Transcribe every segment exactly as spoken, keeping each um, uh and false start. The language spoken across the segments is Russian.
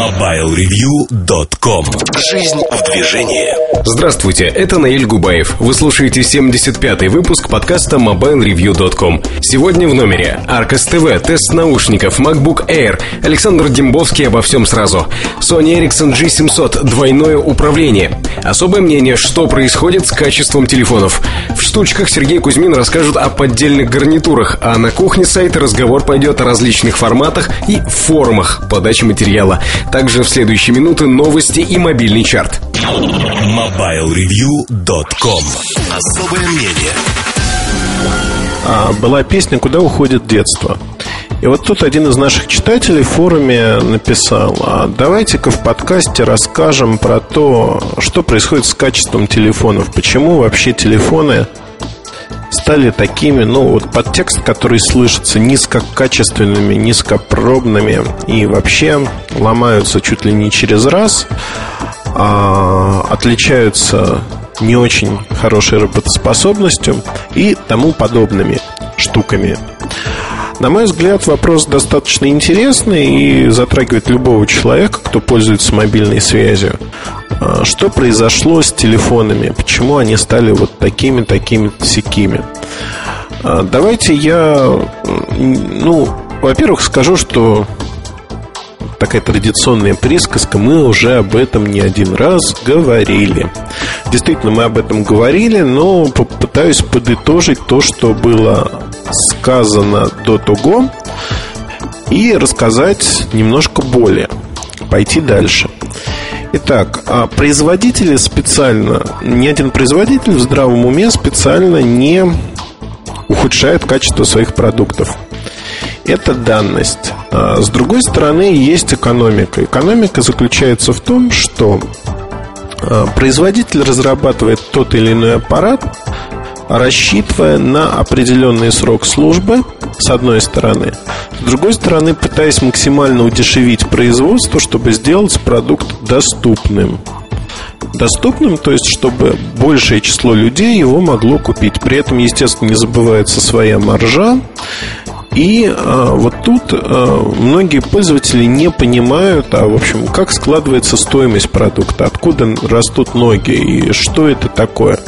мобайл ревью точка ком. Жизнь в движении. Здравствуйте, это Наиль Губаев. Вы слушаете семьдесят пятый выпуск подкаста мобайл ревью точка ком. Сегодня в номере Arcos ти ви, тест наушников, MacBook Air, Александр Дембовский обо всем сразу, Sony Ericsson джи семьсот, двойное управление. Особое мнение, что происходит с качеством телефонов. В штучках Сергей Кузьмин расскажет о поддельных гарнитурах, а на кухне сайта разговор пойдет о различных форматах и формах подачи материала. Также в следующие минуты новости и мобильный чарт. мобайл ревью точка ком. Особое мнение. А, была песня «Куда уходит детство?». И вот тут один из наших читателей в форуме написал: а давайте-ка в подкасте расскажем про то, что происходит с качеством телефонов. Почему вообще телефоны стали такими, ну вот подтекст, который слышится, низкокачественными, низкопробными и вообще ломаются чуть ли не через раз, а отличаются не очень хорошей работоспособностью и тому подобными штуками. На мой взгляд, вопрос достаточно интересный и затрагивает любого человека, кто пользуется мобильной связью. Что произошло с телефонами? Почему они стали вот такими, такими, сякими? Давайте я, ну, во-первых, скажу, что такая традиционная присказка: мы уже об этом не один раз говорили. Действительно, мы об этом говорили, но попытаюсь подытожить то, что было сказано до того, и рассказать немножко более, пойти дальше. Итак, производители специально, ни один производитель в здравом уме специально не ухудшает качество своих продуктов. Это данность. С другой стороны, есть экономика. Экономика заключается в том, что производитель разрабатывает тот или иной аппарат, рассчитывая на определенный срок службы, с одной стороны. С другой стороны, пытаясь максимально удешевить производство, чтобы сделать продукт доступным. Доступным, то есть, чтобы большее число людей его могло купить. При этом, естественно, не забывается своя маржа. И а, вот тут а, многие пользователи не понимают, а в общем, как складывается стоимость продукта, откуда растут ноги и что это такое.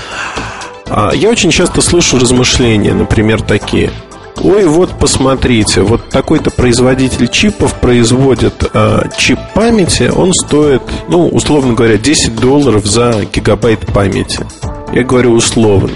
а, Я очень часто слышу размышления, например, такие: ой, вот посмотрите, вот такой-то производитель чипов производит а, чип памяти, он стоит, ну, условно говоря, десять долларов за гигабайт памяти. Я говорю условно.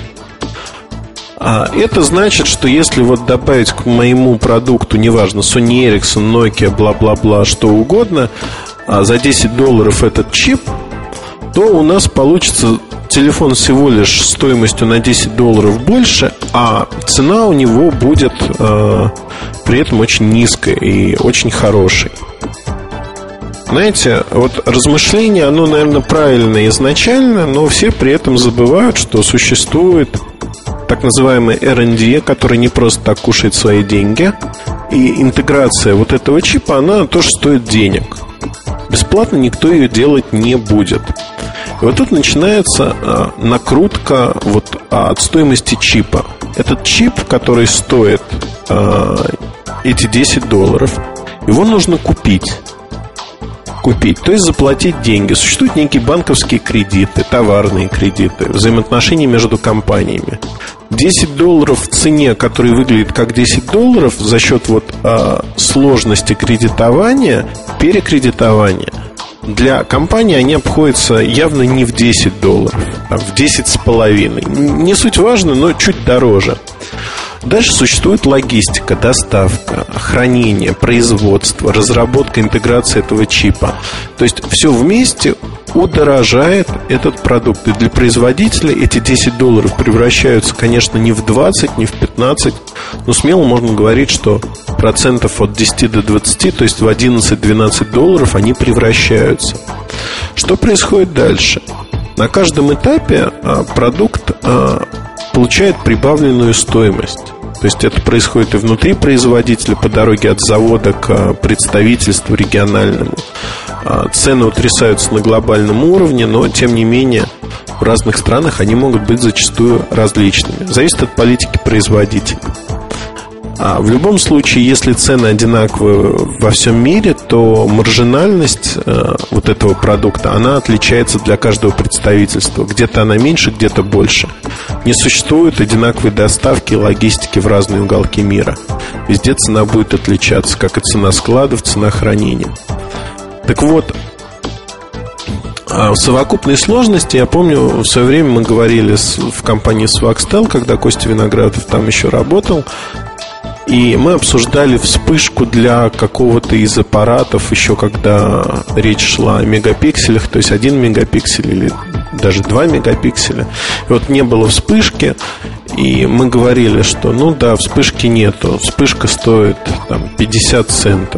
А это значит, что если вот добавить к моему продукту, неважно, Sony Ericsson, Nokia, бла-бла-бла, что угодно, а за десять долларов этот чип, то у нас получится телефон всего лишь стоимостью на десять долларов больше, а цена у него будет э, при этом очень низкая и очень хорошей. Знаете, вот размышление, оно, наверное, правильное изначально, но все при этом забывают, что существует так называемый эр энд ди, который не просто так кушает свои деньги. И интеграция вот этого чипа, она тоже стоит денег. Бесплатно никто ее делать не будет. И вот тут начинается а, накрутка вот, а, от стоимости чипа. Этот чип, который стоит а, эти десять долларов, его нужно купить. Купить, то есть заплатить деньги. Существуют некие банковские кредиты, товарные кредиты, взаимоотношения между компаниями. десять долларов в цене, который выглядит как десять долларов, за счет вот, а, сложности кредитования, перекредитования, для компании они обходятся явно не в десять долларов, а в десять с половиной. Не суть важно, но чуть дороже. Дальше существует логистика, доставка, хранение, производство, разработка, интеграция этого чипа. То есть все вместе удорожает этот продукт. И для производителя эти десять долларов превращаются, конечно, не в двадцать, не в пятнадцать, но смело можно говорить, что процентов от десяти до двадцати, то есть в одиннадцать-двенадцать долларов они превращаются. Что происходит дальше? На каждом этапе продукт получает прибавленную стоимость. То есть это происходит и внутри производителя по дороге от завода к представительству региональному. Цены утрясаются на глобальном уровне, но тем не менее в разных странах они могут быть зачастую различными. Зависит от политики производителя. А в любом случае, если цены одинаковые во всем мире, то маржинальность э, вот этого продукта, она отличается для каждого представительства. Где-то она меньше, где-то больше. Не существует одинаковой доставки и логистики в разные уголки мира. Везде цена будет отличаться, как и цена складов, цена хранения. Так вот, в совокупной сложности, я помню, в свое время мы говорили с, в компании Swagtel, когда Костя Виноградов там еще работал, и мы обсуждали вспышку для какого-то из аппаратов, еще когда речь шла о мегапикселях, то есть один мегапиксель или даже два мегапикселя. И вот не было вспышки, и мы говорили, что ну да, вспышки нету, вспышка стоит там пятьдесят центов.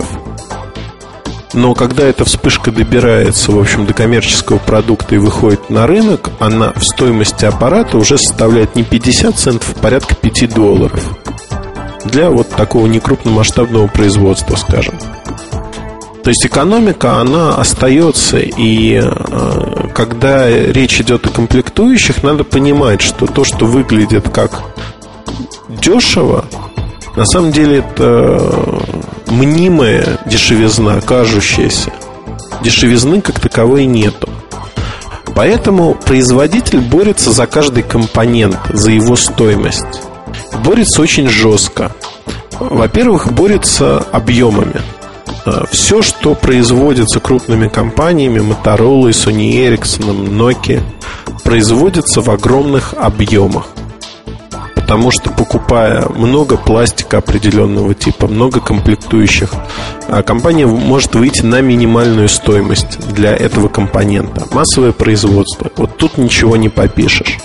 Но когда эта вспышка добирается, в общем, до коммерческого продукта и выходит на рынок, она в стоимости аппарата уже составляет не пятьдесят центов, а порядка пять долларов. Для вот такого некрупномасштабного производства, скажем. То есть экономика, она остается. И э, когда речь идет о комплектующих, надо понимать, что то, что выглядит как дешево, на самом деле это мнимая дешевизна, кажущаяся. Дешевизны как таковой нету. Поэтому производитель борется за каждый компонент, за его стоимость. Борется очень жестко. Во-первых, борется объемами. Все, что производится крупными компаниями, Motorola, Sony Ericsson, Nokia, производится в огромных объемах. Потому что, покупая много пластика определенного типа, много комплектующих, компания может выйти на минимальную стоимость для этого компонента. Массовое производство. Вот тут ничего не попишешь.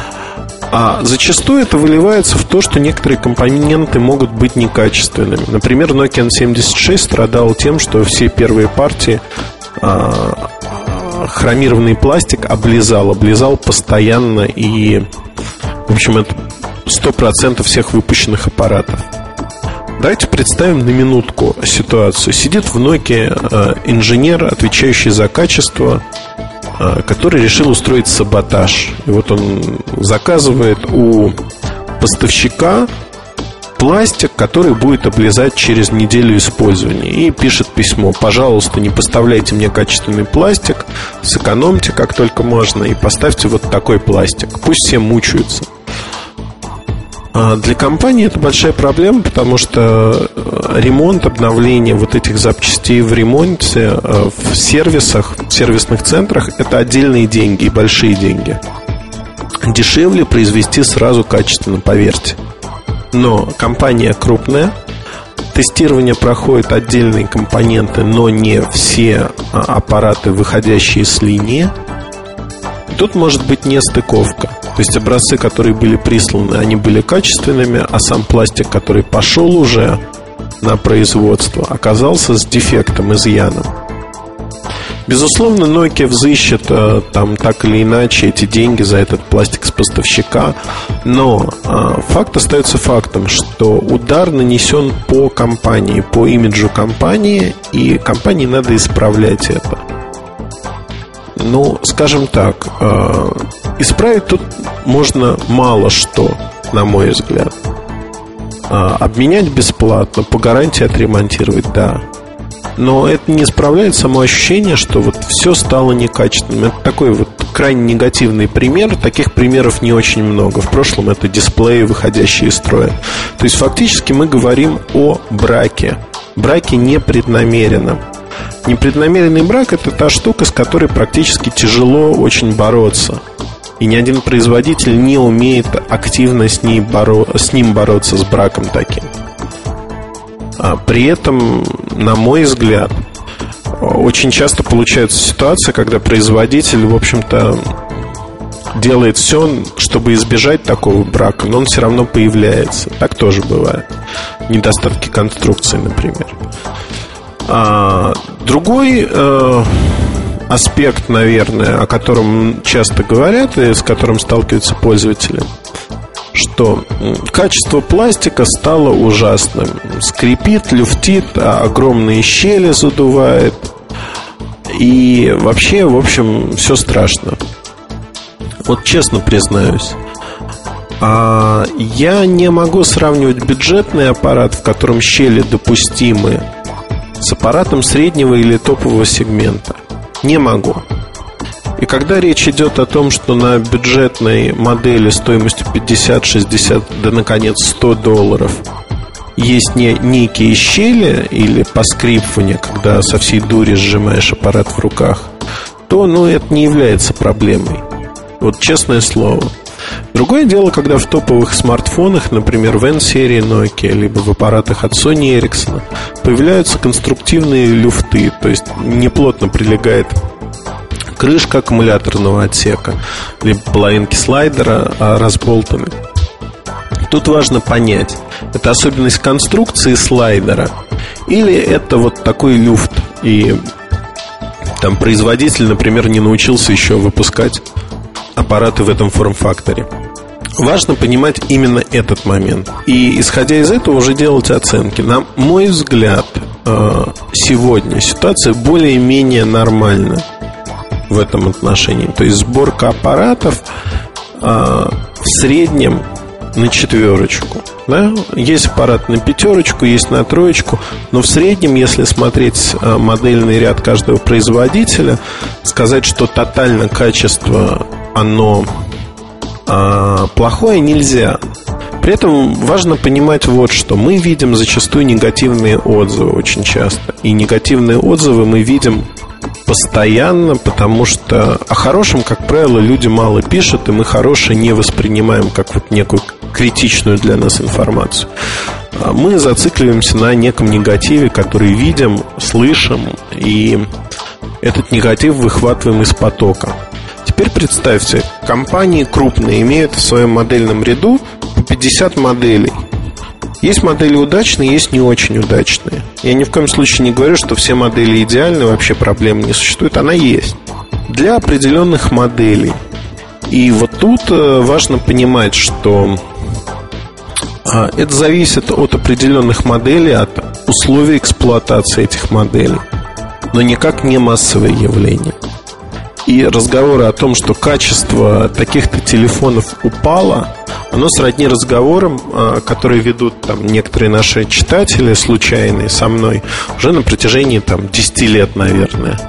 А зачастую это выливается в то, что некоторые компоненты могут быть некачественными. Например, Nokia эн семьдесят шесть страдал тем, что все первые партии а, хромированный пластик облизал, облизал постоянно. И, в общем, это сто процентов всех выпущенных аппаратов. Давайте представим на минутку ситуацию. Сидит в Nokia а, инженер, отвечающий за качество, который решил устроить саботаж. И вот он заказывает у поставщика пластик, который будет облизать через неделю использования, и пишет письмо: пожалуйста, не поставляйте мне качественный пластик, сэкономьте как только можно и поставьте вот такой пластик. Пусть все мучаются. Для компании это большая проблема, потому что ремонт, обновление вот этих запчастей в ремонте, в сервисах, в сервисных центрах — это отдельные деньги и большие деньги. Дешевле произвести сразу качественно, поверьте. Но компания крупная, тестирование проходит отдельные компоненты, но не все аппараты, выходящие с линии. Тут может быть нестыковка. То есть образцы, которые были присланы, они были качественными, а сам пластик, который пошел уже на производство, оказался с дефектом, изъяном. Безусловно, Nokia взыщет там так или иначе эти деньги за этот пластик с поставщика. Но а, факт остается фактом, что удар нанесен по компании, по имиджу компании, и компании надо исправлять это. Ну, скажем так, э, исправить тут можно мало что, на мой взгляд. э, Обменять бесплатно, по гарантии отремонтировать, да. Но это не исправляет само ощущение, что вот все стало некачественным. Это такой вот крайне негативный пример. Таких примеров не очень много. В прошлом это дисплеи, выходящие из строя. То есть фактически мы говорим о браке. Браке непреднамеренном. Непреднамеренный брак — это та штука, с которой практически тяжело очень бороться. И ни один производитель не умеет активно с, ней боро... с ним бороться, с браком таким. А при этом, на мой взгляд, очень часто получается ситуация, когда производитель, в общем-то, делает все, чтобы избежать такого брака, но он все равно появляется. Так тоже бывает. Недостатки конструкции, например. А, другой э, аспект, наверное, о котором часто говорят и с которым сталкиваются пользователи, что качество пластика стало ужасным. Скрипит, люфтит, а огромные щели задувает. И вообще, в общем, все страшно. Вот честно признаюсь, Я не могу сравнивать бюджетный аппарат, в котором щели допустимы, с аппаратом среднего или топового сегмента. Не могу. И когда речь идет о том, что на бюджетной модели стоимостью пятьдесят, шестьдесят, да, наконец, сто долларов есть не, некие щели или поскрипывание, когда со всей дури сжимаешь аппарат в руках, то, ну, это не является проблемой. Вот честное слово. Другое дело, когда в топовых смартфонах, например, в N-серии Nokia, либо в аппаратах от Sony Ericsson, появляются конструктивные люфты, то есть неплотно прилегает крышка аккумуляторного отсека, либо половинки слайдера разболтаны. Тут важно понять, это особенность конструкции слайдера или это вот такой люфт, и там производитель, например, не научился еще выпускать аппараты в этом форм-факторе. Важно понимать именно этот момент. И исходя из этого уже делать оценки. На мой взгляд, сегодня ситуация более-менее нормальна в этом отношении. То есть сборка аппаратов в среднем на четверочку, да? Есть аппарат на пятерочку, есть на троечку. Но в среднем, если смотреть модельный ряд каждого производителя, сказать, что тотально качество оно а, плохое, нельзя. При этом важно понимать вот что. Мы видим зачастую негативные отзывы очень часто. И негативные отзывы мы видим постоянно, потому что о хорошем, как правило, люди мало пишут, и мы хорошее не воспринимаем как вот некую критичную для нас информацию. Мы зацикливаемся на неком негативе, который видим, слышим, и этот негатив выхватываем из потока. Теперь представьте, компании крупные имеют в своем модельном ряду по пятьдесят моделей. Есть модели удачные, есть не очень удачные. Я ни в коем случае не говорю, что все модели идеальны, вообще проблем не существует. Она есть для определенных моделей. И вот тут важно понимать, что это зависит от определенных моделей, от условий эксплуатации этих моделей, но никак не массовое явление. И разговоры о том, что качество таких-то телефонов упало, оно сродни разговорам, которые ведут там некоторые наши читатели случайные со мной уже на протяжении там десяти лет, наверное.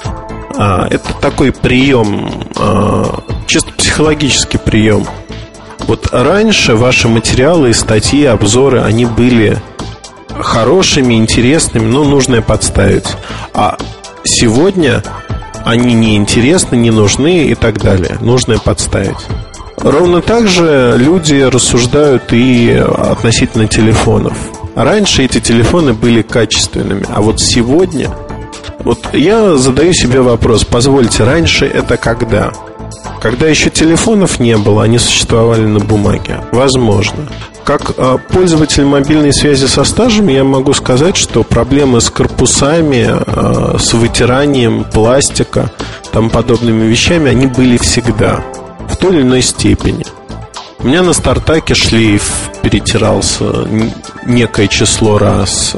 Это такой прием, чисто психологический прием. Вот раньше ваши материалы, статьи, обзоры, они были хорошими, интересными, но нужно подставить. А сегодня они неинтересны, не нужны и так далее. Нужно подставить. Ровно так же люди рассуждают и относительно телефонов. Раньше эти телефоны были качественными, а вот сегодня... Вот я задаю себе вопрос: позвольте, раньше это когда? Когда еще телефонов не было, они существовали на бумаге? Возможно. Как пользователь мобильной связи со стажем я могу сказать, что проблемы с корпусами, с вытиранием пластика, там подобными вещами, они были всегда, в той или иной степени. У меня на стартаке шлейф перетирался некое число раз.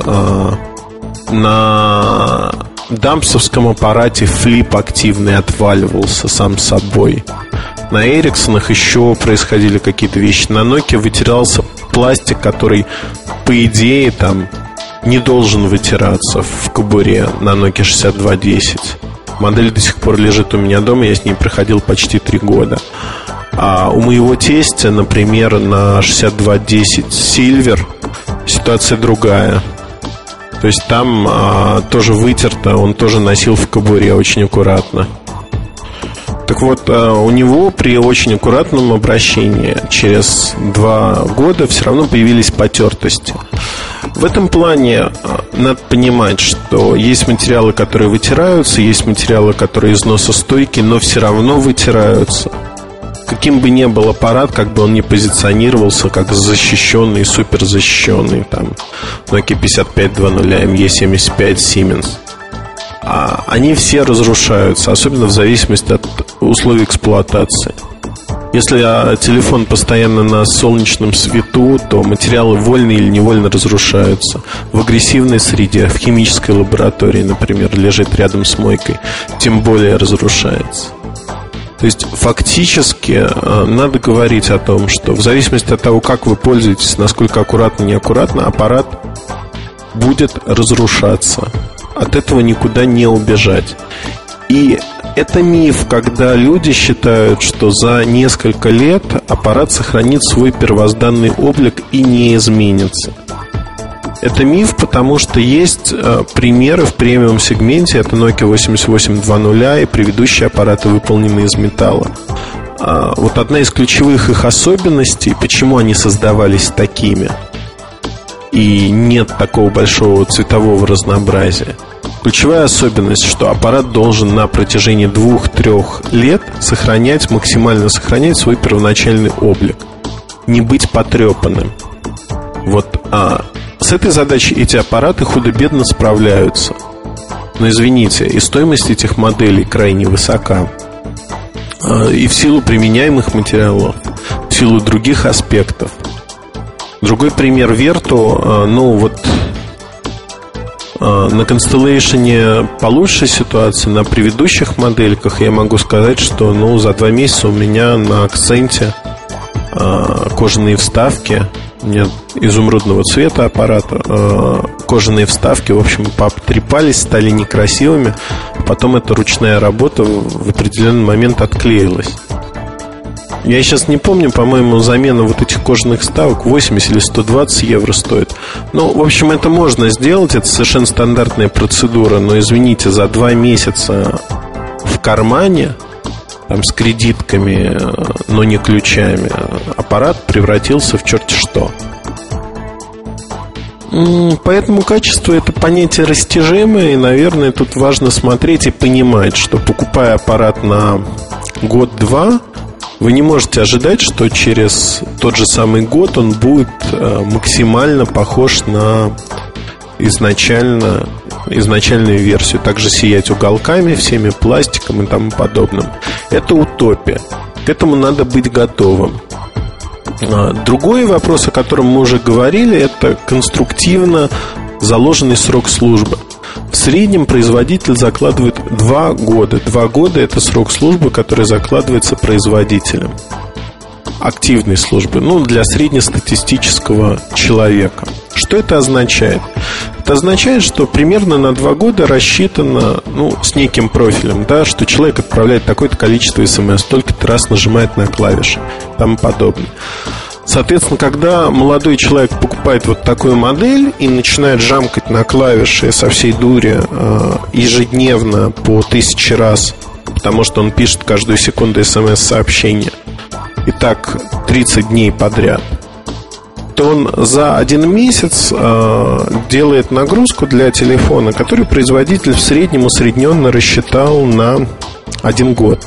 На дампсовском аппарате флип активный отваливался сам собой. На Эриксонах еще происходили какие-то вещи. На Nokia вытирался пластик, который, по идее, там не должен вытираться в кобуре на Nokia шестьдесят два десять. Модель до сих пор лежит у меня дома. Я с ней проходил почти три года. А у моего тестя, например, на шестьдесят два десять Silver ситуация другая. То есть там а, тоже вытерто, он тоже носил в кобуре очень аккуратно. Так вот, а, у него при очень аккуратном обращении через два года все равно появились потертости. В этом плане а, надо понимать, что есть материалы, которые вытираются, есть материалы, которые износостойкие, но все равно вытираются. Каким бы ни был аппарат, как бы он ни позиционировался как защищенный, суперзащищенный, там Nokia пятьдесят пять двадцать, эм и семьдесят пять, Siemens, а они все разрушаются, особенно в зависимости от условий эксплуатации. Если телефон постоянно на солнечном свету, то материалы вольно или невольно разрушаются. В агрессивной среде, в химической лаборатории, например, лежит рядом с мойкой, тем более разрушается. То есть фактически надо говорить о том, что в зависимости от того, как вы пользуетесь, насколько аккуратно, неаккуратно, аппарат будет разрушаться. От этого никуда не убежать. И это миф, когда люди считают, что за несколько лет аппарат сохранит свой первозданный облик и не изменится. Это миф, потому что есть э, примеры в премиум-сегменте. Это Nokia восемьдесят восемь двадцать и предыдущие аппараты, выполненные из металла. А, вот одна из ключевых их особенностей, почему они создавались такими, и нет такого большого цветового разнообразия. Ключевая особенность, что аппарат должен на протяжении двух-трех лет сохранять, максимально сохранять свой первоначальный облик, не быть потрепанным. Вот, а с этой задачей эти аппараты худо-бедно справляются. Но извините, и стоимость этих моделей крайне высока. И в силу применяемых материалов, в силу других аспектов. Другой пример Vertu. Ну вот на Constellation получше ситуация. На предыдущих модельках я могу сказать, что ну, за два месяца у меня на акценте кожаные вставки. У меня изумрудного цвета аппарата, кожаные вставки, в общем, потрепались, стали некрасивыми. Потом эта ручная работа в определенный момент отклеилась. Я сейчас не помню, по-моему, замена вот этих кожаных вставок восемьдесят или сто двадцать евро стоит. Ну, в общем, это можно сделать, это совершенно стандартная процедура. Но, извините, за два месяца в кармане, там, с кредитками, но не ключами, аппарат превратился в черти что. Поэтому качество — это понятие растяжимое. И, наверное, тут важно смотреть и понимать, что, покупая аппарат на год-два, вы не можете ожидать, что через тот же самый год он будет максимально похож на изначально, изначальную версию. Также сиять уголками, всеми пластиком и тому подобным. Это утопия. К этому надо быть готовым. Другой вопрос, о котором мы уже говорили, это конструктивно заложенный срок службы. В среднем производитель закладывает два года. Два года – это срок службы, который закладывается производителем. Активной службы, ну, для среднестатистического человека. Что это означает? Это означает, что примерно на два года рассчитано, ну, с неким профилем, да, что человек отправляет такое-то количество смс, столько-то раз нажимает на клавиши и тому подобное. Соответственно, когда молодой человек покупает вот такую модель и начинает жамкать на клавиши со всей дури э, ежедневно по тысяче раз, потому что он пишет каждую секунду смс-сообщения, и так тридцать дней подряд, то он за один месяц э, делает нагрузку для телефона, который производитель в среднем усредненно рассчитал на один год.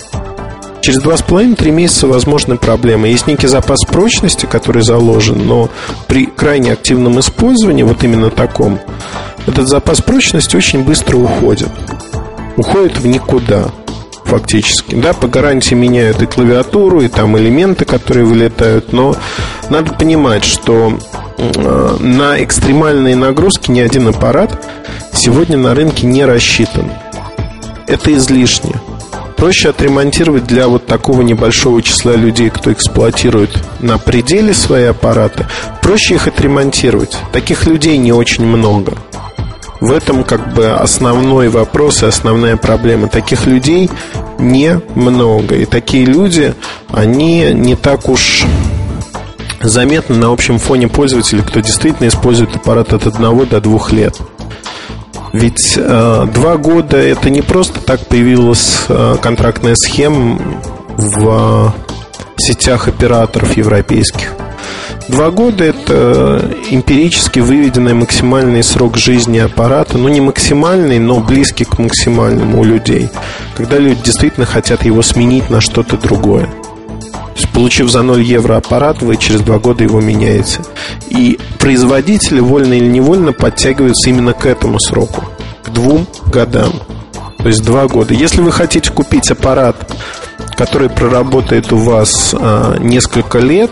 Через два с половиной-три месяца возможны проблемы. Есть некий запас прочности, который заложен, но при крайне активном использовании, вот именно таком, этот запас прочности очень быстро уходит. Уходит в никуда, фактически. Да, по гарантии меняют и клавиатуру, и там элементы, которые вылетают. Но надо понимать, что э, на экстремальные нагрузки ни один аппарат сегодня на рынке не рассчитан. Это излишне. Проще отремонтировать для вот такого небольшого числа людей, кто эксплуатирует на пределе свои аппараты. Проще их отремонтировать. Таких людей не очень много. В этом как бы основной вопрос и основная проблема. Таких людей немного. И такие люди, они не так уж заметны на общем фоне пользователей, кто действительно использует аппарат от одного до двух лет. Ведь э, два года — это не просто так появилась э, контрактная схема в э, сетях операторов европейских. Два года — это эмпирически выведенный максимальный срок жизни аппарата. Ну, не максимальный, но близкий к максимальному у людей, когда люди действительно хотят его сменить на что-то другое. То есть, получив за ноль евро аппарат, вы через два года его меняете. И производители, вольно или невольно, подтягиваются именно к этому сроку, к двум годам. То есть два года. Если вы хотите купить аппарат, который проработает у вас а, несколько лет,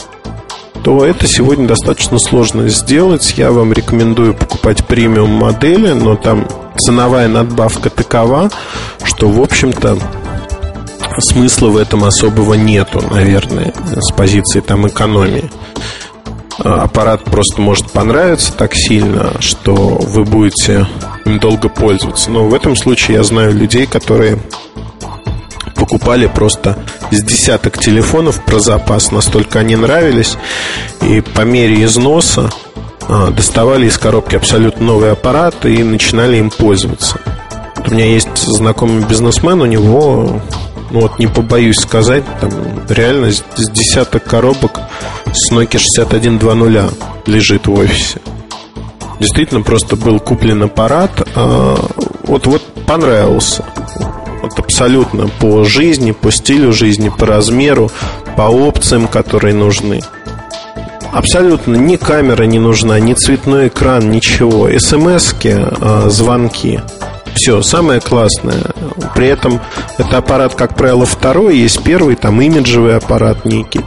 то это сегодня достаточно сложно сделать. Я вам рекомендую покупать премиум модели, но там ценовая надбавка такова, что, в общем-то, смысла в этом особого нету, наверное, с позиции там экономии. Аппарат просто может понравиться так сильно, что вы будете им долго пользоваться. Но в этом случае я знаю людей, которые покупали просто с десяток телефонов про запас, настолько они нравились, и по мере износа доставали из коробки абсолютно новый аппарат и начинали им пользоваться. Вот у меня есть знакомый бизнесмен, у него, ну вот не побоюсь сказать, там реально с десяток коробок с Nokia шестьдесят один двадцать лежит в офисе. Действительно, просто был куплен аппарат, вот, вот понравился. Вот абсолютно по жизни, по стилю жизни, по размеру, по опциям, которые нужны. Абсолютно ни камера не нужна, ни цветной экран, ничего. СМСки, звонки. Все, самое классное. При этом это аппарат, как правило, второй. Есть первый, там имиджевый аппарат некий.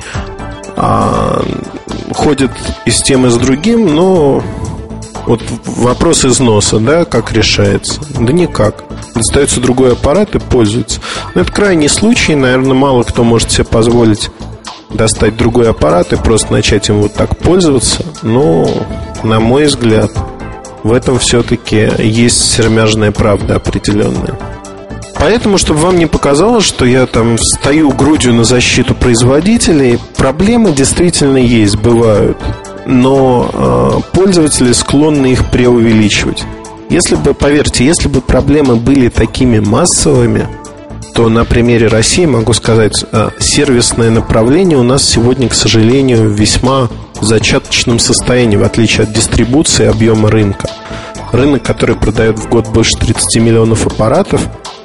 а, Ходит и с тем, и с другим. Но вот вопрос износа, да, как решается? Да никак. Достается другой аппарат и пользуется. Но это крайний случай. Наверное, мало кто может себе позволить достать другой аппарат и просто начать им вот так пользоваться. Но, на мой взгляд, в этом все-таки есть сермяжная правда определенная. Поэтому, чтобы вам не показалось, что я там стою грудью на защиту производителей, проблемы действительно есть, бывают. Но э, пользователи склонны их преувеличивать. Если бы, поверьте, если бы проблемы были такими массовыми, то на примере России могу сказать, э, сервисное направление у нас сегодня, к сожалению, в весьма зачаточном состоянии, в отличие от дистрибуции объема рынка. Рынок, который продает в год больше тридцать миллионов аппаратов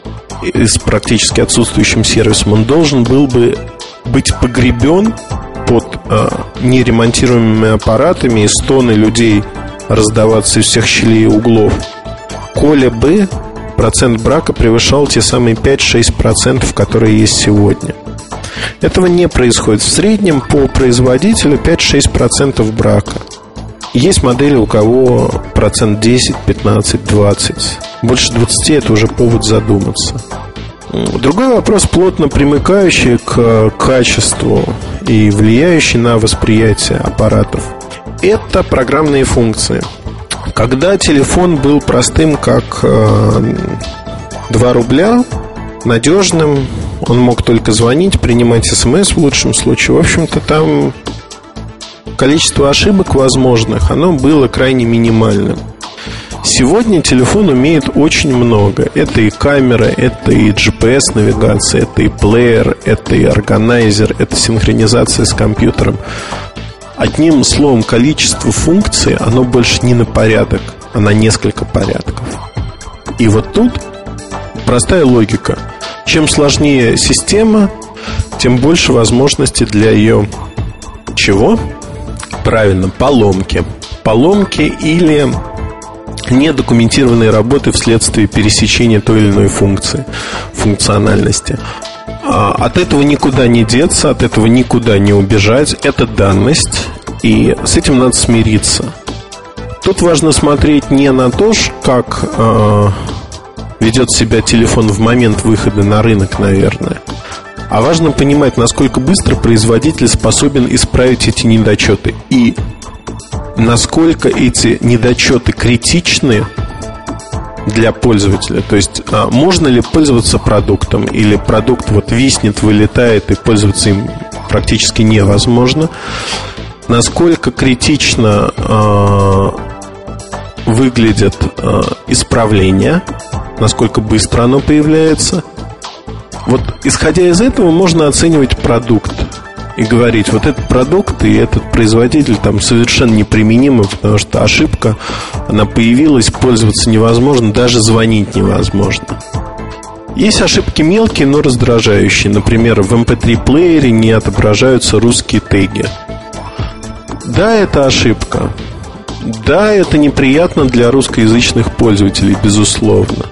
и с практически отсутствующим сервисом, он должен был бы быть погребен под э, неремонтируемыми аппаратами и стоны людей раздаваться из всех щелей и углов. Коли бы процент брака превышал те самые пять-шесть процентов, которые есть сегодня. Этого не происходит. В среднем по производителю пять-шесть процентов брака. Есть модели, у кого процент десять, пятнадцать, двадцать. Больше двадцати это уже повод задуматься. Другой вопрос, плотно примыкающий к качеству и влияющий на восприятие аппаратов, это программные функции. Когда телефон был простым, как э, два рубля, надежным, он мог только звонить, принимать смс в лучшем случае. В общем-то, там количество ошибок возможных, оно было крайне минимальным. Сегодня телефон умеет очень много. Это и камера, это и джи пи эс-навигация, это и плеер, это и органайзер, это синхронизация с компьютером. Одним словом, количество функций, оно больше не на порядок, а на несколько порядков. И вот тут простая логика. Чем сложнее система, тем больше возможностей для ее чего? Правильно, поломки. Поломки или недокументированные работы вследствие пересечения той или иной функции, функциональности. От этого никуда не деться, от этого никуда не убежать. Это данность, и с этим надо смириться. Тут важно смотреть не на то, как э, ведет себя телефон в момент выхода на рынок, наверное, а важно понимать, насколько быстро производитель способен исправить эти недочеты и насколько эти недочеты критичны для пользователя. То есть, а, можно ли пользоваться продуктом, или продукт вот виснет, вылетает, и пользоваться им практически невозможно. Насколько критично а, выглядят а, исправления, насколько быстро оно появляется. Вот исходя из этого можно оценивать продукт и говорить, вот этот продукт и этот производитель там совершенно неприменимы, потому что ошибка, она появилась, пользоваться невозможно, даже звонить невозможно. Есть ошибки мелкие, но раздражающие. Например, в эм пэ три плеере не отображаются русские теги. Да, это ошибка. Да, это неприятно для русскоязычных пользователей, безусловно.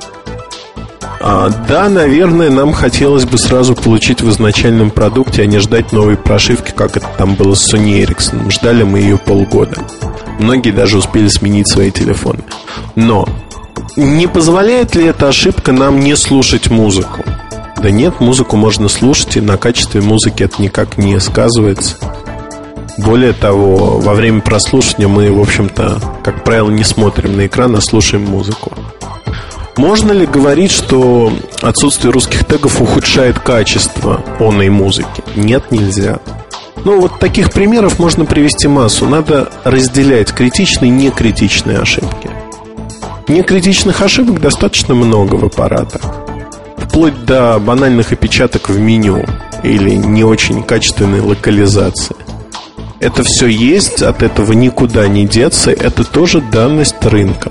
А, да, наверное, нам хотелось бы сразу получить в изначальном продукте, а не ждать новой прошивки, как это там было с Sony Ericsson. Ждали мы ее полгода. Многие даже успели сменить свои телефоны. Но не позволяет ли эта ошибка нам не слушать музыку? Да нет, музыку можно слушать, и на качестве музыки это никак не сказывается. Более того, во время прослушивания мы, в общем-то, как правило, не смотрим на экран, а слушаем музыку. Можно ли говорить, что отсутствие русских тегов ухудшает качество онной музыки? Нет, нельзя. Ну, вот таких примеров можно привести массу. Надо разделять критичные и некритичные ошибки. Некритичных ошибок достаточно много в аппаратах. Вплоть до банальных опечаток в меню или не очень качественной локализации. Это все есть, от этого никуда не деться. Это тоже данность рынка.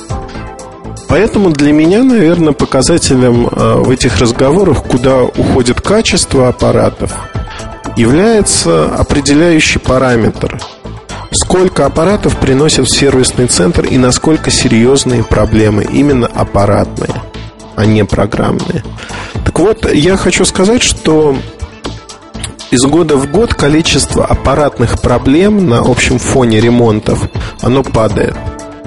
Поэтому для меня, наверное, показателем в этих разговорах, куда уходит качество аппаратов, является определяющий параметр. Сколько аппаратов приносят в сервисный центр и насколько серьезные проблемы именно аппаратные, а не программные. Так вот, я хочу сказать, что из года в год количество аппаратных проблем на общем фоне ремонтов, оно падает.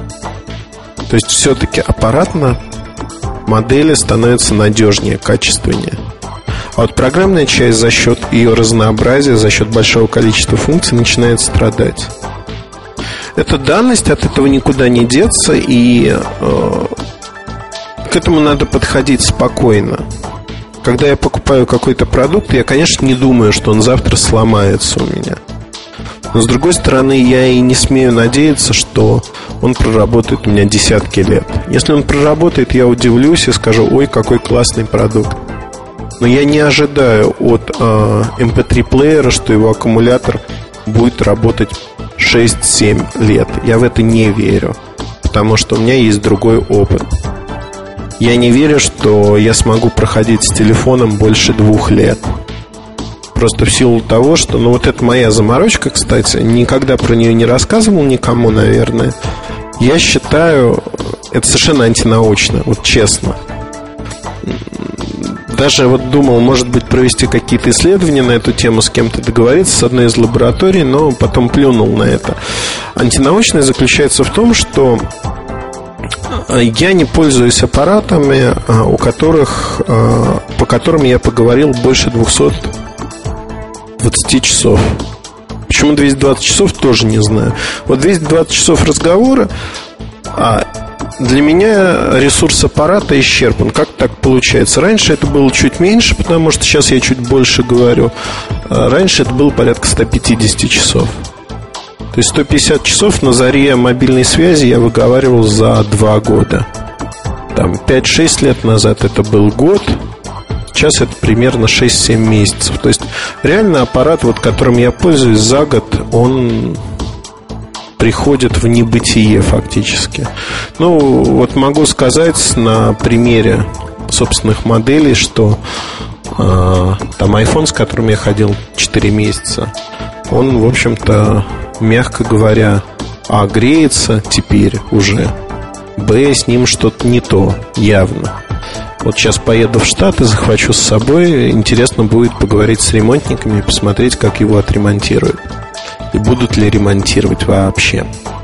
То есть все-таки аппаратно модели становятся надежнее, качественнее. А вот программная часть за счет ее разнообразия, за счет большого количества функций начинает страдать. Это данность, от этого никуда не деться. И э, к этому надо подходить спокойно. Когда я покупаю какой-то продукт, я, конечно, не думаю, что он завтра сломается у меня. Но, с другой стороны, я и не смею надеяться, что он проработает у меня десятки лет. Если он проработает, я удивлюсь и скажу: ой, какой классный продукт. Но я не ожидаю от э, эм пэ три плеера, что его аккумулятор будет работать шесть-семь лет. Я в это не верю, потому что у меня есть другой опыт. Я не верю, что я смогу проходить с телефоном больше двух лет. Просто в силу того, что... Ну, вот это моя заморочка, кстати. Никогда про нее не рассказывал никому, наверное. Я считаю, это совершенно антинаучно, вот честно. Даже вот думал, может быть, провести какие-то исследования на эту тему, с кем-то договориться, с одной из лабораторий, но потом плюнул на это. Антинаучное заключается в том, что я не пользуюсь аппаратами, у которых, по которым я поговорил больше двухсот двадцати часов. Почему двести двадцать часов, тоже не знаю. Вот двести двадцать часов разговора, а для меня ресурс аппарата исчерпан. Как так получается? Раньше это было чуть меньше, потому что сейчас я чуть больше говорю. Раньше это было порядка сто пятьдесят часов. То есть сто пятьдесят часов на заре мобильной связи я выговаривал за два года. Там пять-шесть лет назад это был год. Сейчас это примерно шесть-семь месяцев. То есть реально аппарат, вот, которым я пользуюсь, за год он приходит в небытие фактически. Ну, вот могу сказать на примере собственных моделей, что э, там iPhone, с которым я ходил четыре месяца, он, в общем-то, мягко говоря, а, греется теперь уже, б, с ним что-то не то, явно. Вот сейчас поеду в Штаты, захвачу с собой. Интересно будет поговорить с ремонтниками и посмотреть, как его отремонтируют. И будут ли ремонтировать вообще.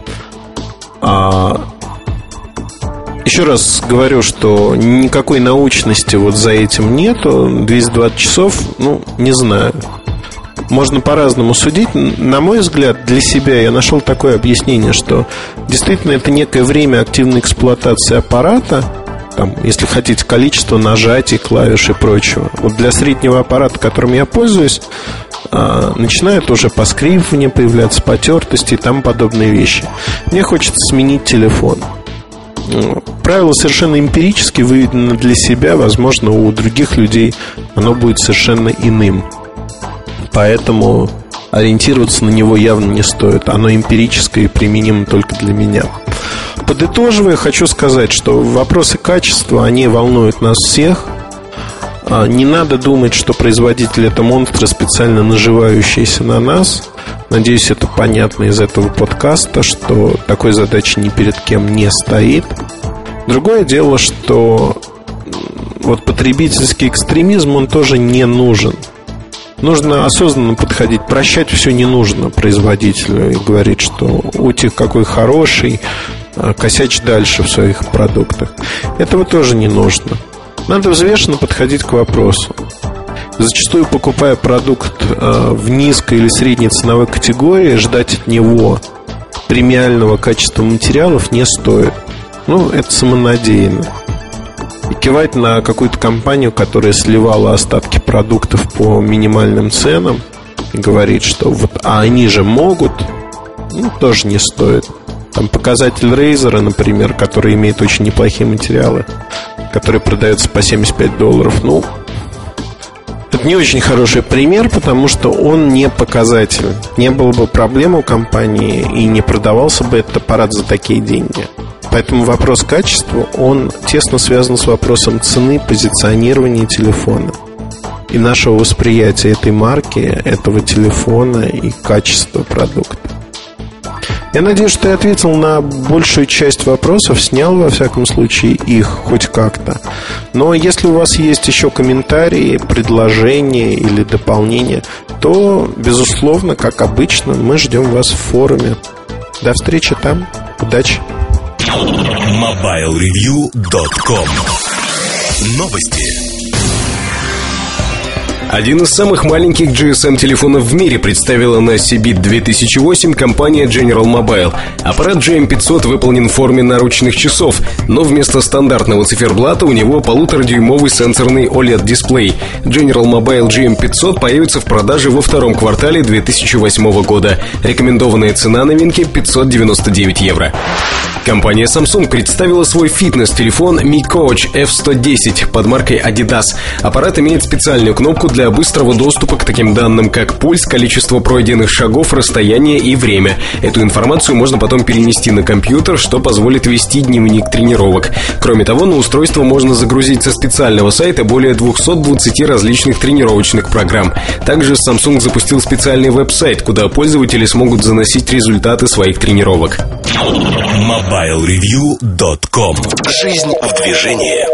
а, Еще раз говорю, что никакой научности вот за этим нету. двести двадцать часов, ну, не знаю. Можно по-разному судить. На мой взгляд, для себя я нашел такое объяснение, что действительно это некое время активной эксплуатации аппарата. Там, если хотите, количество нажатий, клавиш и прочего. Вот для среднего аппарата, которым я пользуюсь, а, начинают уже поскрипывание появляться, потертости и тому подобные вещи. Мне хочется сменить телефон. Правило совершенно эмпирически выведено для себя. Возможно, у других людей оно будет совершенно иным. Поэтому ориентироваться на него явно не стоит. Оно эмпирическое и применимо только для меня. Подытоживая, хочу сказать, что вопросы качества, они волнуют нас всех. Не надо думать, что производитель — это монстры, специально наживающиеся на нас. Надеюсь, это понятно из этого подкаста, что такой задачи ни перед кем не стоит. Другое дело, что вот потребительский экстремизм, он тоже не нужен. Нужно осознанно подходить. Прощать все не нужно производителю и говорить, что утик какой хороший, косячь дальше в своих продуктах. Этого тоже не нужно. Надо взвешенно подходить к вопросу. Зачастую, покупая продукт э, в низкой или средней ценовой категории, ждать от него премиального качества материалов не стоит. Ну, это самонадеянно. И кивать на какую-то компанию, которая сливала остатки продуктов по минимальным ценам, и говорить, что вот, а они же могут, ну, тоже не стоит. Там показатель Razer, например, который имеет очень неплохие материалы, который продается по семьдесят пять долларов, ну, это не очень хороший пример, потому что он не показатель. Не было бы проблем у компании, и не продавался бы этот аппарат за такие деньги. Поэтому вопрос качества, он тесно связан с вопросом цены, позиционирования телефона и нашего восприятия этой марки, этого телефона и качества продукта. Я надеюсь, что я ответил на большую часть вопросов, снял, во всяком случае, их хоть как-то. Но если у вас есть еще комментарии, предложения или дополнения, то, безусловно, как обычно, мы ждем вас в форуме. До встречи там. Удачи! мобайл ревью точка ком. Новости. Один из самых маленьких джи эс эм-телефонов в мире представила на Cebit две тысячи восемь компания General Mobile. Аппарат джи эм пятьсот выполнен в форме наручных часов, но вместо стандартного циферблата у него полуторадюймовый сенсорный о лед-дисплей. General Mobile джи эм пятьсот появится в продаже во втором квартале две тысячи восьмого года. Рекомендованная цена новинки пятьсот девяносто девять евро. Компания Samsung представила свой фитнес-телефон Mi Coach эф сто десять под маркой Adidas. Аппарат имеет специальную кнопку для быстрого доступа к таким данным, как пульс, количество пройденных шагов, расстояние и время. Эту информацию можно потом перенести на компьютер, что позволит вести дневник тренировок. Кроме того, на устройство можно загрузить со специального сайта более двести двадцать различных тренировочных программ. Также Samsung запустил специальный веб-сайт, куда пользователи смогут заносить результаты своих тренировок. мобайл ревью точка ком. Жизнь в движении.